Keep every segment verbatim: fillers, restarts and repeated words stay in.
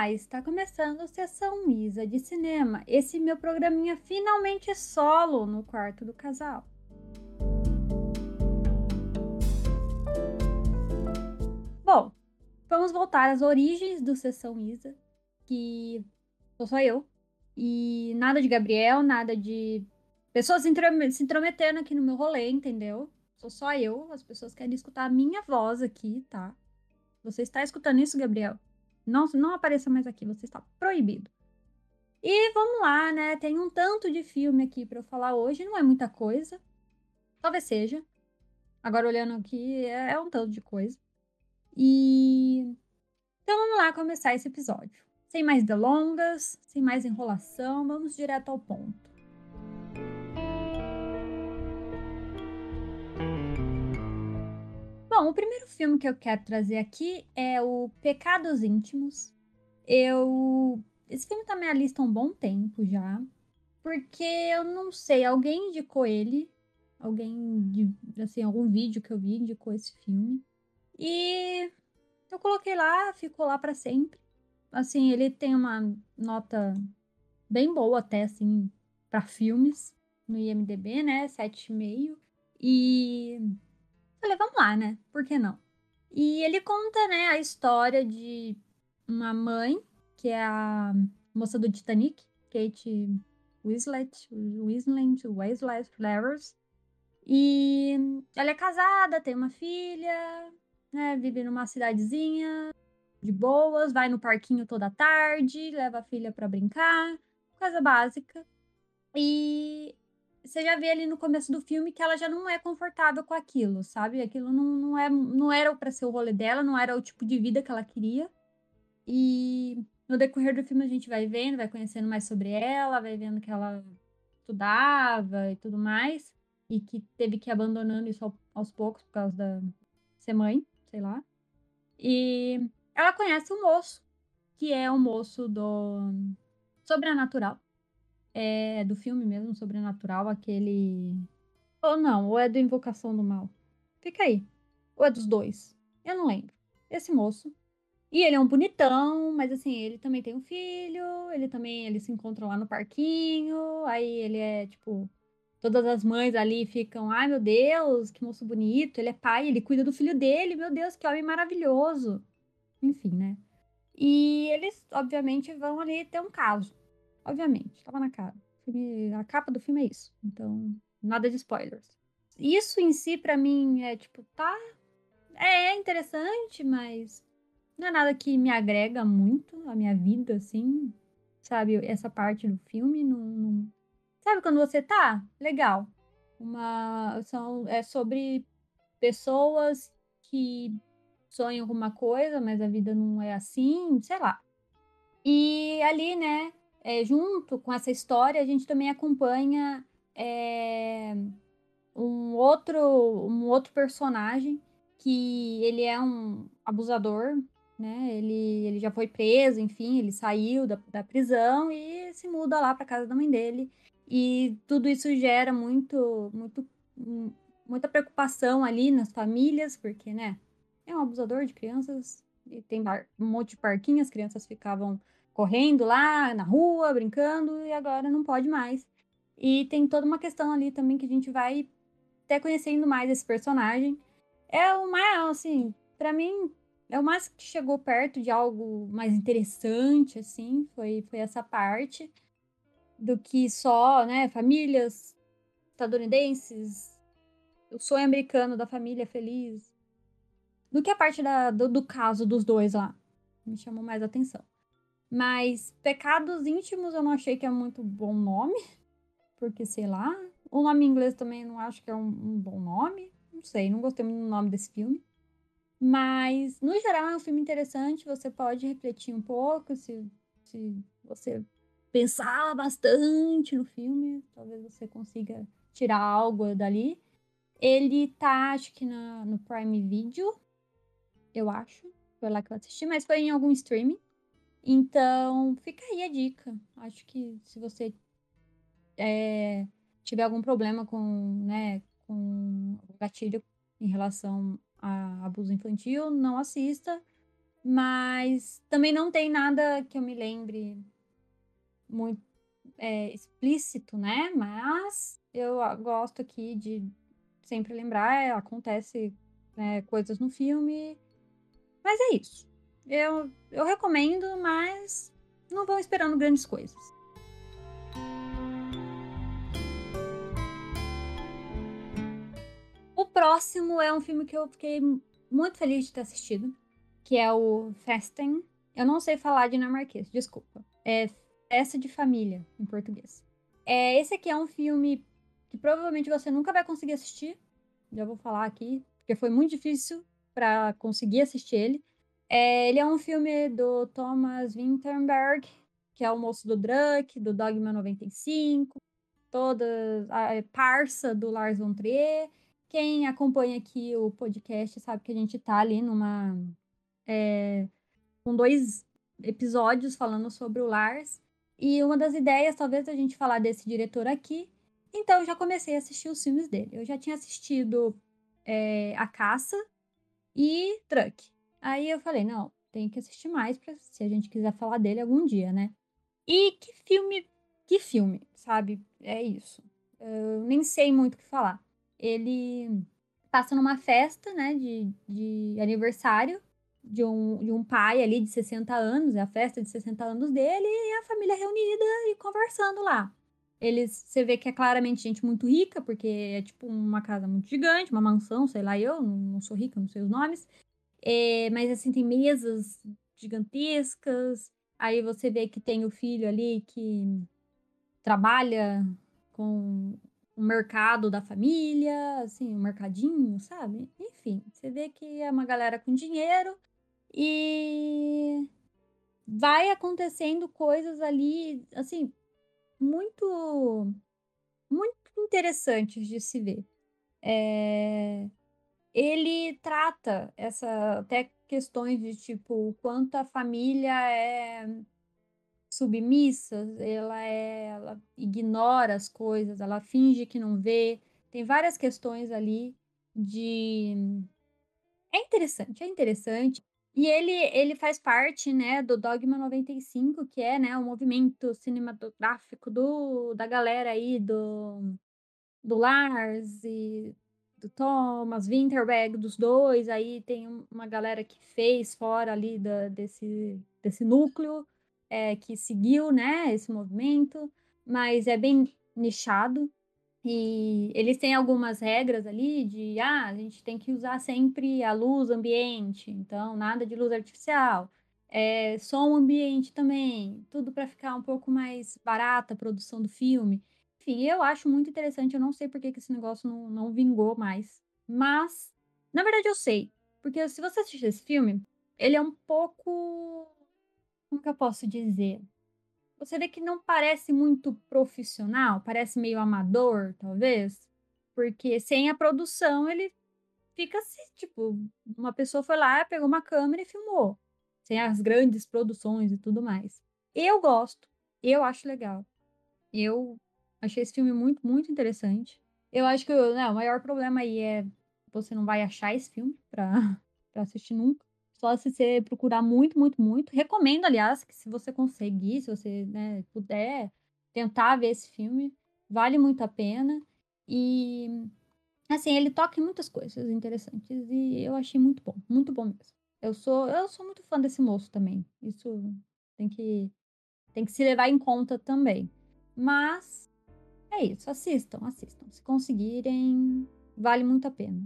Olá, está começando Sessão Isa de Cinema, esse meu programinha finalmente solo no quarto do casal. Bom, vamos voltar às origens do Sessão Isa, que sou só eu, e nada de Gabriel, nada de pessoas se introme- se intrometendo aqui no meu rolê, entendeu? Sou só eu, as pessoas querem escutar a minha voz aqui, tá? Você está escutando isso, Gabriel? Não, não apareça mais aqui, você está proibido. E vamos lá, né? Tem um tanto de filme aqui pra eu falar hoje, não é muita coisa. Talvez seja. Agora olhando aqui, é, é um tanto de coisa. E então vamos lá começar esse episódio. Sem mais delongas, sem mais enrolação, vamos direto ao ponto. Bom, o primeiro filme que eu quero trazer aqui é o Pecados Íntimos. Eu esse filme tá na minha lista há um bom tempo já. Porque eu não sei, alguém indicou ele, alguém de, assim, algum vídeo que eu vi indicou esse filme. E eu coloquei lá, ficou lá pra sempre. Assim, ele tem uma nota bem boa até, assim, pra filmes no IMDb, né? Sete e meio. E falei, vamos lá, né? Por que não? E ele conta, né, a história de uma mãe, que é a moça do Titanic, Kate Winslet, Winslet, Winslet Flowers. E ela é casada, tem uma filha, né, vive numa cidadezinha de boas, vai no parquinho toda tarde, leva a filha pra brincar, coisa básica. E você já vê ali no começo do filme que ela já não é confortável com aquilo, sabe? Aquilo não, não, é, não era pra ser o rolê dela, não era o tipo de vida que ela queria. E no decorrer do filme a gente vai vendo, vai conhecendo mais sobre ela, vai vendo que ela estudava e tudo mais, e que teve que ir abandonando isso ao- aos poucos por causa da ser mãe, sei lá. E ela conhece um moço, que é o moço do Sobrenatural, é do filme mesmo, Sobrenatural, aquele. Ou não, ou é do Invocação do Mal. Fica aí. Ou é dos dois. Eu não lembro. Esse moço. E ele é um bonitão, mas assim, ele também tem um filho, ele também, ele se encontra lá no parquinho, aí ele é, tipo, todas as mães ali ficam, ai meu Deus, que moço bonito, ele é pai, ele cuida do filho dele, meu Deus, que homem maravilhoso. Enfim, né? E eles, obviamente, vão ali ter um caso. Obviamente, tava na cara. O filme- a capa do filme é isso. Então, nada de spoilers. Isso em si, pra mim, é tipo, tá. É, é interessante, mas não é nada que me agrega muito à minha vida, assim. Sabe? Essa parte do filme não. não- Sabe quando você tá? Legal. Uma. São, é sobre pessoas que sonham com uma coisa, mas a vida não é assim, sei lá. E ali, né, é, junto com essa história, a gente também acompanha é, um outro, um outro personagem que ele é um abusador, né? Ele, ele já foi preso, enfim, ele saiu da, da prisão e se muda lá para casa da mãe dele. E tudo isso gera muito, muito, hum, muita preocupação ali nas famílias, porque, né? É um abusador de crianças e tem bar- um monte de parquinho, as crianças ficavam correndo lá na rua, brincando, e agora não pode mais. E tem toda uma questão ali também que a gente vai até conhecendo mais esse personagem. É o mais, assim, pra mim, é o mais que chegou perto de algo mais interessante, assim, foi, foi essa parte, do que só, né, famílias estadunidenses, o sonho americano da família feliz, do que a parte da, do, do caso dos dois lá. Me chamou mais atenção. Mas Pecados Íntimos eu não achei que é muito bom nome, porque sei lá. O nome em inglês também não acho que é um, um bom nome. Não sei, não gostei muito do nome desse filme. Mas, no geral, é um filme interessante. Você pode refletir um pouco se, se você pensar bastante no filme. Talvez você consiga tirar algo dali. Ele tá, acho que na, no Prime Video, eu acho. Foi lá que eu assisti, mas foi em algum streaming. Então, fica aí a dica. Acho que se você é, tiver algum problema com, né, com o gatilho em relação a abuso infantil, não assista. mas também não tem nada que eu me lembre muito, eh, explícito, né, mas eu a gosto aqui de sempre lembrar, eh, acontece, né, coisas no filme, mas é isso. Eu eu recomendo, mas não vão esperando grandes coisas. O próximo é um filme que eu fiquei mu muito feliz de ter assistido, que é o Festen. Eu não sei falar dinamarquês, desculpa. É Festa de Família, em português. Eh, esse aqui é um filme que provavelmente você nunca vai conseguir assistir, já vou falar aqui, porque foi muito difícil pra conseguir assistir ele. Eh, ele é um filme do Thomas Vinterberg, que é o moço do Druck, do Dogma noventa e cinco, todas a eh, parça do Lars von Trier. Quem acompanha aqui o podcast sabe que a gente tá ali numa eh, com dois episódios falando sobre o Lars, e uma das ideias talvez a gente falar desse diretor aqui, então eu já comecei a assistir os filmes dele. Eu já tinha assistido, eh, A Caça e Druck. Aí eu falei: "Não, tem que assistir mais pra se a gente quiser falar dele algum dia, né". E que filme que filme, sabe, é isso. Eu nem sei muito o que falar. Ele passa numa festa, né, de de aniversário de um de um pai ali de sessenta anos, é a festa de sessenta anos dele e a família reunida e conversando lá. Eles você vê que é claramente gente muito rica, porque é tipo uma casa muito gigante, uma mansão, sei lá eu, não não sou rica, não sei os nomes. Eh, mas assim, tem mesas gigantescas, aí você vê que tem o filho ali que trabalha com o mercado da família, assim, o mercadinho, sabe. Enfim, você vê que é uma galera com dinheiro e vai acontecendo coisas ali, assim, muito muito interessantes de se ver. Eh, ele trata essa até questões de, tipo, o quanto a família é submissa, ela é ela ignora as coisas, ela finge que não vê. Tem várias questões ali de é interessante, é interessante. E ele ele faz parte, né, do Dogma noventa e cinco, que é, né, o movimento cinematográfico do da galera aí do do Lars e do Thomas Vinterberg, dos dois, aí tem um uma galera que fez fora ali da desse desse núcleo, eh, que seguiu, né, esse movimento, mas é bem nichado. E eles têm algumas regras ali de: "Ah, a gente tem que usar sempre a luz ambiente, então nada de luz artificial, eh, som ambiente também", tudo para ficar um pouco mais barata a produção do filme. Enfim, eu acho muito interessante, eu não sei por que que esse negócio não não vingou mais, mas na verdade eu sei, porque se você assistir esse filme, ele é um pouco, como que eu posso dizer? Você vê que não parece muito profissional, parece meio amador, talvez, porque sem a produção ele fica assim, tipo, uma pessoa foi lá, pegou uma câmera e filmou, sem as grandes produções e tudo mais. Eu gosto, eu acho legal. Eu achei esse filme muito, muito interessante. Eu acho que o né, o maior problema aí é você não vai achar esse filme pra pra assistir nunca, só se você procurar muito, muito, muito. Recomendo, aliás, que se você conseguir, se você, né, puder tentar ver esse filme, vale muito a pena. E, assim, ele toca em muitas coisas interessantes e eu achei muito bom, muito bom mesmo. Eu sou eu sou muito fã desse moço também, isso tem que tem que se levar em conta também. Mas é isso, assistam, assistam. Se conseguirem, vale muito a pena.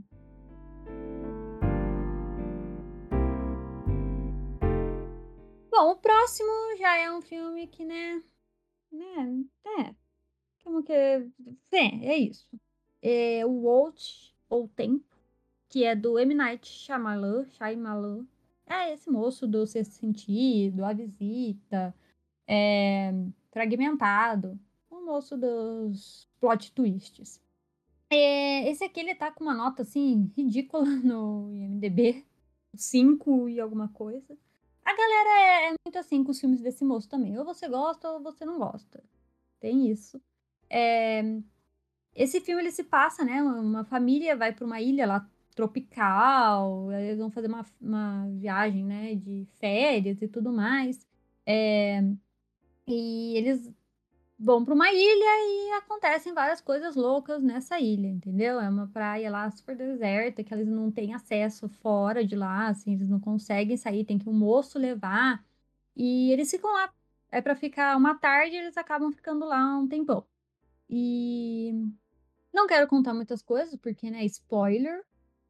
Bom, o próximo já é um filme que, né né, é, como que é, é isso. É o Walt, ou o Tempo, que é do M. Night Shyamalan Shyamalan. É esse moço do Sexto Sentido, A Visita, eh, Fragmentado, o moço dos plot twists. Eh, esse aqui ele tá com uma nota, assim, ridícula no IMDb, cinco e alguma coisa. A galera é é muito assim com os filmes desse moço também, ou você gosta ou você não gosta, tem isso. Eh, esse filme ele se passa, né, uma família vai pra uma ilha lá tropical, eles vão fazer uma, uma viagem, né, de férias e tudo mais. É, e eles vão para uma ilha e acontecem várias coisas loucas nessa ilha, entendeu? É uma praia lá super deserta, que eles não têm acesso fora de lá, assim, eles não conseguem sair, tem que um moço levar. E eles ficam lá. É para ficar uma tarde, eles acabam ficando lá um tempão. E não quero contar muitas coisas, porque, né, spoiler,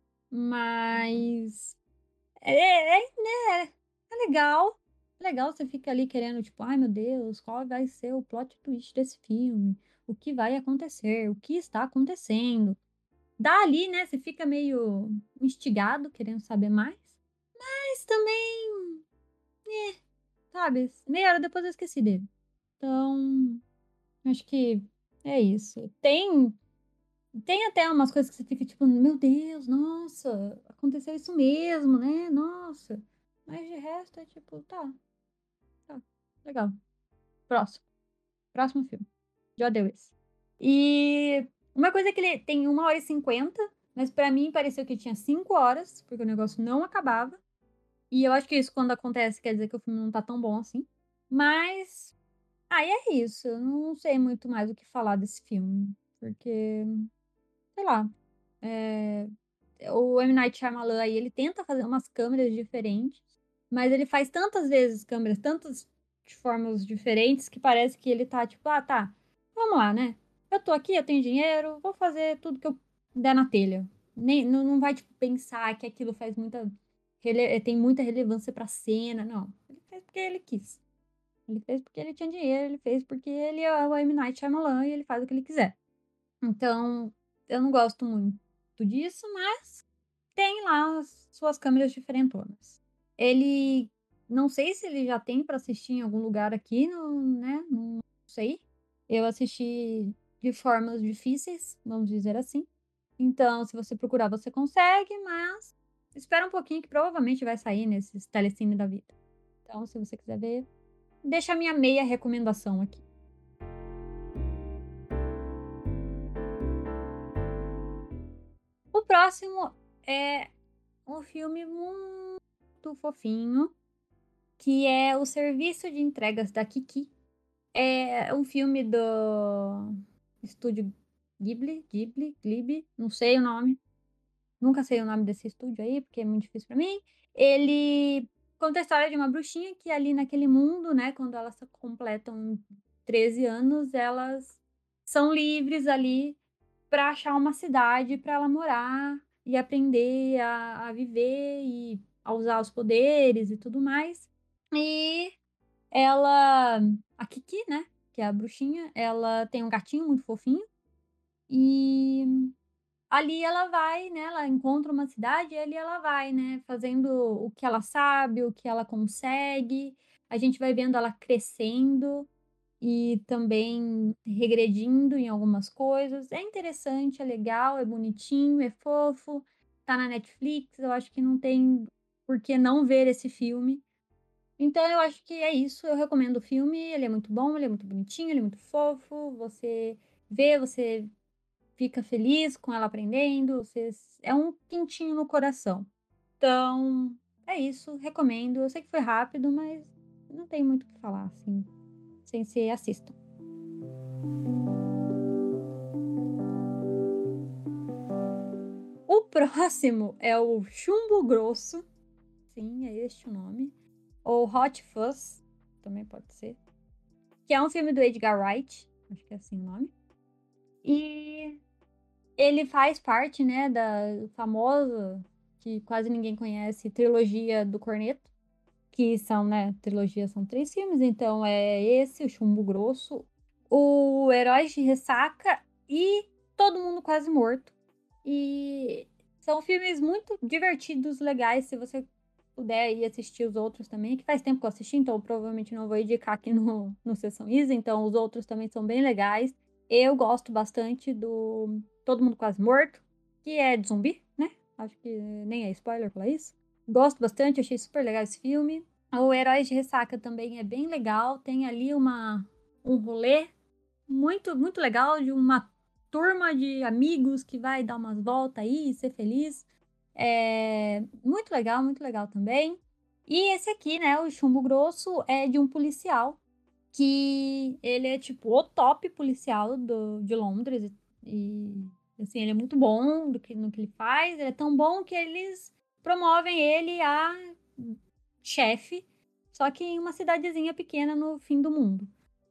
mas é, é, é, né, é legal. É legal, você fica ali querendo, tipo, ai meu Deus, qual vai ser o plot twist desse filme? O que vai acontecer? O que está acontecendo? Dá ali, né? Você fica meio instigado, querendo saber mais. Mas também, sabe, meia hora depois eu esqueci dele. Então, acho que é isso. Tem Tem até umas coisas que você fica tipo: "Meu Deus, nossa, aconteceu isso mesmo, né, nossa". Mas de resto é tipo: "Tá, tá, legal. Próximo, próximo filme. Já deu esse". E uma coisa é que ele tem uma hora e cinquenta, mas pra mim pareceu que tinha cinco horas, porque o negócio não acabava. E eu acho que isso quando acontece quer dizer que o filme não tá tão bom assim. Mas, aí é isso, eu não sei muito mais o que falar desse filme, porque, sei lá, eh o M. Night Shyamalan aí, ele tenta fazer umas câmeras diferentes, mas ele faz tantas vezes câmeras, tantas de formas diferentes, que parece que ele tá tipo: "Ah, tá, vamos lá, né, eu tô aqui, eu tenho dinheiro, vou fazer tudo que eu der na telha". Nem não não vai, tipo, pensar que aquilo faz muita rele eh, tem muita relevância pra cena, não. Ele fez porque ele quis. Ele fez porque ele tinha dinheiro, ele fez porque ele é o M. Night Shyamalan e ele faz o que ele quiser. Então, eu não gosto muito disso, mas tem lá as suas câmeras diferentonas. Ele não sei se ele já tem para assistir em algum lugar aqui no né, não sei. Eu assisti de formas difíceis, vamos dizer assim. Então, se você procurar, você consegue, mas espera um pouquinho que provavelmente vai sair nesses telecine da vida. Então, se você quiser ver, deixa a minha meia recomendação aqui. O próximo é um filme muito fofinho, que é O Serviço de Entregas da Kiki. É um filme do estúdio Ghibli, Ghibli, Ghibli, não sei o nome. Nunca sei o nome desse estúdio aí, porque é muito difícil pra mim. Ele conta a história de uma bruxinha que ali naquele mundo, né, quando elas completam treze anos, elas são livres ali pra achar uma cidade pra ela morar e aprender a a viver e a usar os poderes e tudo mais. E ela a Kiki, né, que é a bruxinha, ela tem um gatinho muito fofinho, e ali ela vai, né, ela encontra uma cidade e ali ela vai, né, fazendo o que ela sabe, o que ela consegue. A gente vai vendo ela crescendo e também regredindo em algumas coisas. É interessante, é legal, é bonitinho, é fofo, tá na Netflix, eu acho que não tem por que não ver esse filme. Então eu acho que é isso, eu recomendo o filme, ele é muito bom, ele é muito bonitinho, ele é muito fofo, você vê, você fica feliz com ela aprendendo, você é um quentinho no coração. Então, é isso, recomendo. Eu sei que foi rápido, mas não tem muito o que falar, assim, sem ser assistam. O próximo é o Chumbo Grosso, sim, é este o nome, ou Hot Fuzz, também pode ser, que é um filme do Edgar Wright, acho que é assim o nome. E ele faz parte, né, da famosa, que quase ninguém conhece, trilogia do Cornetto, que são, né, trilogia são três filmes, então é esse, o Chumbo Grosso, o Heróis de Ressaca e Todo Mundo Quase Morto. E são filmes muito divertidos, legais, se você puder ir assistir os outros também, que faz tempo que eu assisti, então eu provavelmente não vou indicar aqui no, no Sessão Isa, então os outros também são bem legais. Eu gosto bastante do Todo Mundo Quase Morto, que é de zumbi, né? Acho que nem é spoiler falar isso. Gosto bastante, achei super legal esse filme. O Heróis de Ressaca também é bem legal, tem ali uma, um rolê muito, muito legal de uma turma de amigos que vai dar umas voltas aí e ser feliz. É muito legal, muito legal também. E esse aqui, né, o Chumbo Grosso, é de um policial que ele é tipo o top policial do, de Londres. E assim, ele é muito bom do que, no que ele faz. Ele é tão bom que eles promovem ele a chefe, só que em uma cidadezinha pequena no fim do mundo.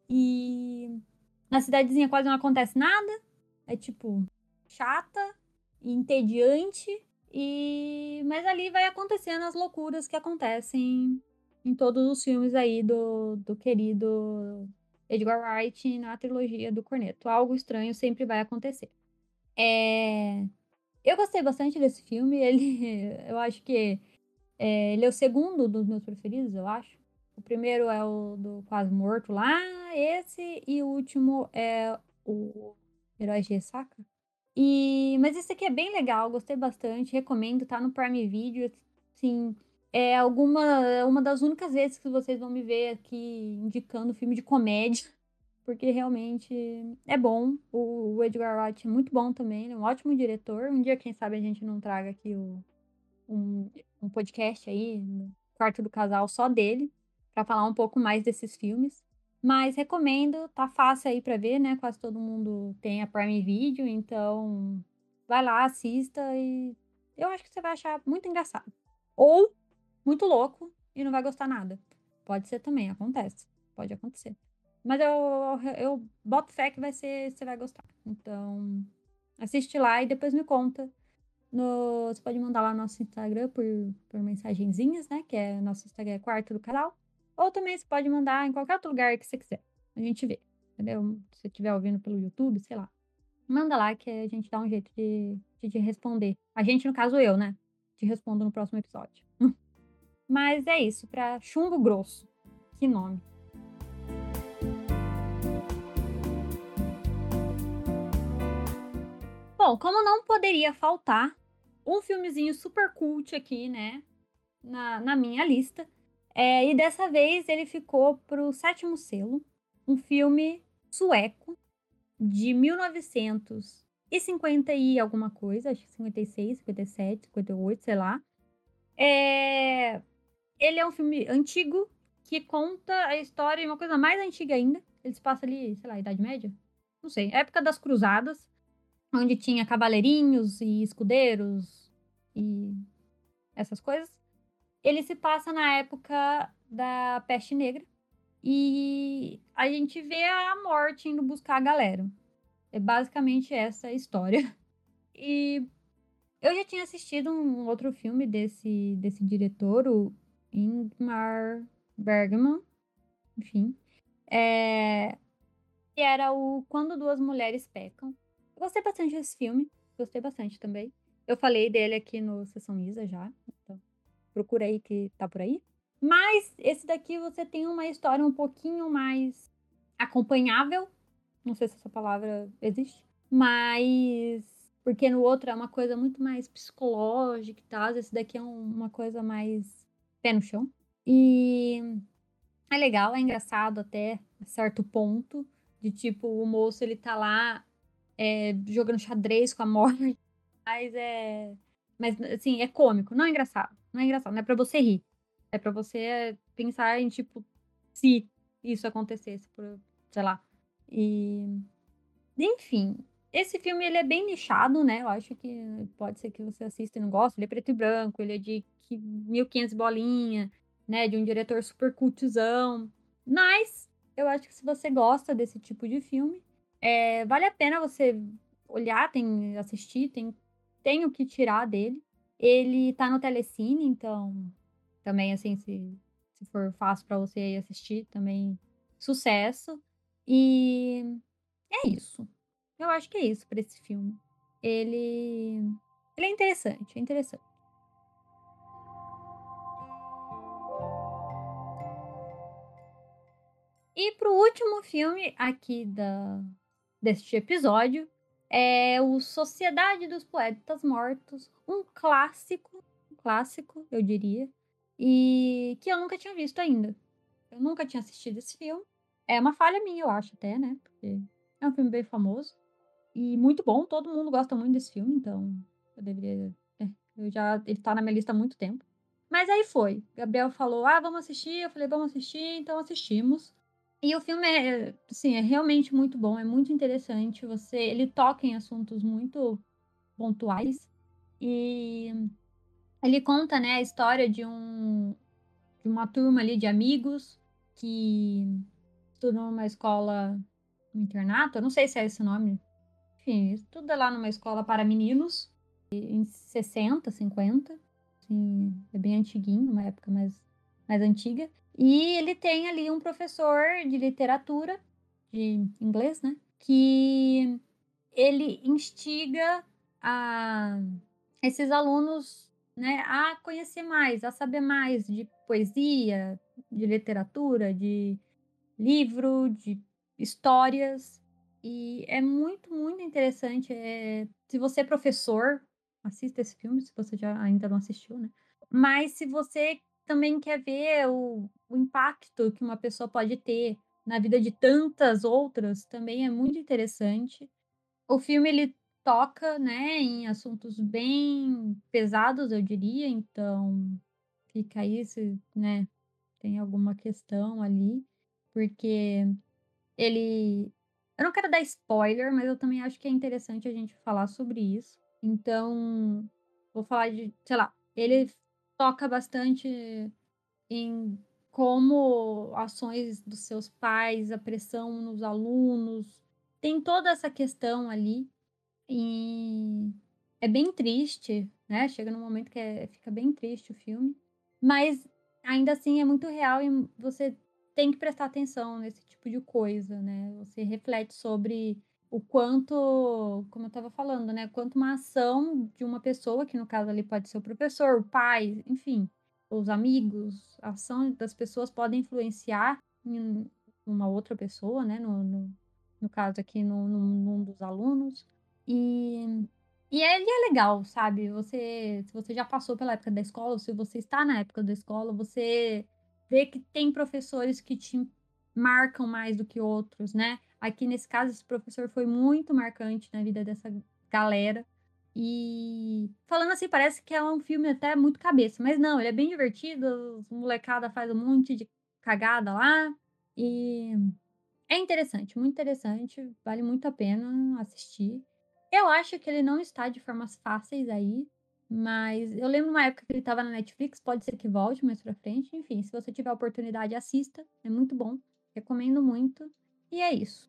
E na cidadezinha quase não acontece nada. É tipo chata e entediante. E mas ali vai acontecendo as loucuras que acontecem em todos os filmes aí do, do querido Edgar Wright na trilogia do Corneto. Algo estranho sempre vai acontecer. É... Eu gostei bastante desse filme. Ele, eu acho que é, ele é o segundo dos meus preferidos, eu acho. O primeiro é o do Quase Morto lá, esse, e o último é o Heróis de Ressaca. E, mas esse aqui é bem legal, gostei bastante, recomendo, tá no Prime Video, assim, é alguma, é uma das únicas vezes que vocês vão me ver aqui indicando filme de comédia, porque realmente é bom. O, o Edgar Wright é muito bom também, ele é um ótimo diretor. Um dia, quem sabe, a gente não traga aqui o, um, um podcast aí, no quarto do casal, só dele, pra falar um pouco mais desses filmes. Mas recomendo, tá fácil aí pra ver, né? Quase todo mundo tem a Prime Video, então vai lá, assista e eu acho que você vai achar muito engraçado. Ou muito louco e não vai gostar nada. Pode ser também, acontece. Pode acontecer. Mas eu, eu boto fé que vai ser, você vai gostar. Então, assiste lá e depois me conta no, você pode mandar lá no nosso Instagram por, por mensagenzinhas, né? Que é nosso Instagram é quarto do canal. Ou também você pode mandar em qualquer outro lugar que você quiser. A gente vê, entendeu? Se você estiver ouvindo pelo YouTube, sei lá. Manda lá que a gente dá um jeito de, de te responder. A gente, no caso eu, né? Te respondo no próximo episódio. Mas é isso, pra Chumbo Grosso. Que nome. Bom, como não poderia faltar um filmezinho super cult aqui, né? Na, na minha lista. É, e dessa vez ele ficou pro sétimo selo, um filme sueco de mil novecentos e cinquenta e alguma coisa, acho que cinquenta e seis, cinquenta e sete, cinquenta e oito, sei lá. É, ele é um filme antigo que conta a história de uma coisa mais antiga ainda. Ele se passa ali, sei lá, Idade Média? Não sei, época das Cruzadas, onde tinha cavaleirinhos e escudeiros e essas coisas. Ele se passa na época da Peste Negra e a gente vê a morte indo buscar a galera. É basicamente essa a história. E eu já tinha assistido um outro filme desse, desse diretor, o Ingmar Bergman, enfim, é, que era o Quando Duas Mulheres Pecam. Eu gostei bastante desse filme, gostei bastante também. Eu falei dele aqui no Sessão Isa já, então procura aí que tá por aí. Mas esse daqui você tem uma história um pouquinho mais acompanhável. Não sei se essa palavra existe. Mas. Porque no outro é uma coisa muito mais psicológica e tal. Esse daqui é um- uma coisa mais pé no chão. E é legal, é engraçado até a certo ponto. De tipo, o moço ele tá lá é, jogando xadrez com a morte. Mas é. Mas assim, é cômico, não é engraçado. Não é engraçado, não é pra você rir. É pra você pensar em, tipo, se isso acontecesse, por, sei lá. E, enfim, esse filme ele é bem nichado, né? Eu acho que pode ser que você assista e não goste. Ele é preto e branco, ele é de que- mil e quinhentos bolinha, né? De um diretor super cultzão. Mas eu acho que se você gosta desse tipo de filme, é, vale a pena você olhar, tem assistir, tem, tem o que tirar dele. Ele tá no Telecine, então também, assim, se, se for fácil pra você ir assistir, também sucesso. E é isso. Eu acho que é isso pra esse filme. Ele, ele é interessante, é interessante. E pro último filme aqui da, deste episódio é o Sociedade dos Poetas Mortos, um clássico, um clássico, eu diria, e que eu nunca tinha visto ainda. Eu nunca tinha assistido esse filme. É uma falha minha, eu acho até, né? Porque é um filme bem famoso e muito bom. Todo mundo gosta muito desse filme, então eu deveria. É. Eu já ele tá na minha lista há muito tempo. Mas aí foi, Gabriel falou: "Ah, vamos assistir", eu falei: "Vamos assistir", então assistimos. E o filme é, assim, é realmente muito bom, é muito interessante, você ele toca em assuntos muito pontuais, e ele conta, né, a história de um de uma turma ali de amigos que estudam numa escola, um internato, eu não sei se é esse o nome, enfim, estuda lá numa escola para meninos, em sessenta, cinquenta, assim, é bem antiguinho, uma época mais mais antiga. E ele tem ali um professor de literatura, de inglês, né, que ele instiga a esses alunos, né, a conhecer mais, a saber mais de poesia, de literatura, de livro, de histórias, e é muito, muito interessante, eh, se você é professor, assista esse filme, se você já ainda não assistiu, né. Mas se você também quer ver o o impacto que uma pessoa pode ter na vida de tantas outras, também é muito interessante. O filme ele toca, né, em assuntos bem pesados, eu diria, então fica aí se, né, tem alguma questão ali, porque ele eu não quero dar spoiler, mas eu também acho que é interessante a gente falar sobre isso. Então, vou falar de, sei lá, ele toca bastante em como ações dos seus pais, a pressão nos alunos, tem toda essa questão ali, e é bem triste, né, chega num momento que é fica bem triste o filme, mas ainda assim é muito real e você tem que prestar atenção nesse tipo de coisa, né, você reflete sobre o quanto, como eu estava falando, né, quanto uma ação de uma pessoa, que no caso ali pode ser o professor, o pai, enfim, os amigos, a ação das pessoas podem influenciar em uma outra pessoa, né, no no no caso aqui no num num dos alunos. E e ele é legal, sabe, você se você já passou pela época da escola, ou se você está na época da escola, você vê que tem professores que te marcam mais do que outros, né. Aqui nesse caso, esse professor foi muito marcante na vida dessa galera. E falando assim, parece que é um filme até muito cabeça, mas não, ele é bem divertido, os molecada faz um monte de cagada lá, e é interessante, muito interessante, vale muito a pena assistir. Eu acho que ele não está de formas fáceis aí, mas eu lembro uma época que ele estava na Netflix, pode ser que volte mais pra frente, enfim, se você tiver a oportunidade, assista, é muito bom, recomendo muito, e é isso.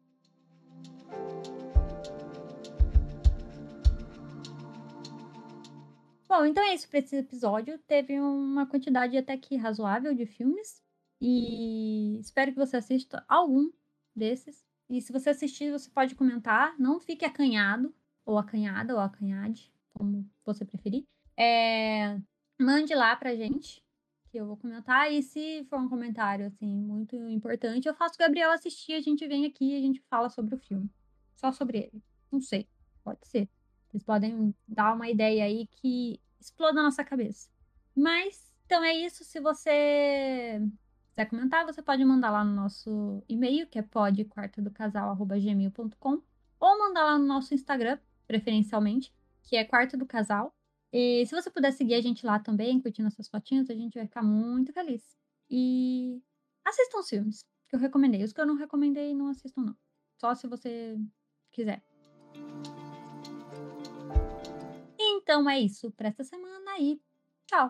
Bom, então é isso para esse episódio, teve uma quantidade até que razoável de filmes, e espero que você assista algum desses. E se você assistir, você pode comentar, não fique acanhado, ou acanhada, ou acanhade, como você preferir. Eh, mande lá pra gente, que eu vou comentar, e se for um comentário, assim, muito importante, eu faço o Gabriel assistir, a gente vem aqui e a gente fala sobre o filme. Só sobre ele. Não sei, pode ser. Vocês podem dar uma ideia aí que exploda a nossa cabeça. Mas, então é isso, se você quiser comentar, você pode mandar lá no nosso e-mail, que é pod quarto do casal arroba gmail ponto com, ou mandar lá no nosso Instagram, preferencialmente, que é Quarto do Casal. E se você puder seguir a gente lá também, curtindo essas fotinhas, a gente vai ficar muito feliz. E assistam os filmes que eu recomendei. Os que eu não recomendei, não assistam não. Só se você quiser. Então é isso para essa semana e tchau.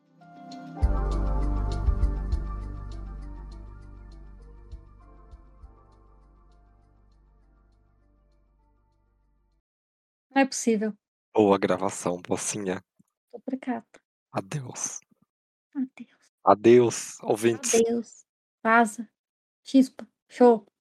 Não é possível. Boa gravação, mocinha. Obrigada. Adeus. Adeus. Adeus, ouvintes. Adeus. Vaza. Chispa. Show.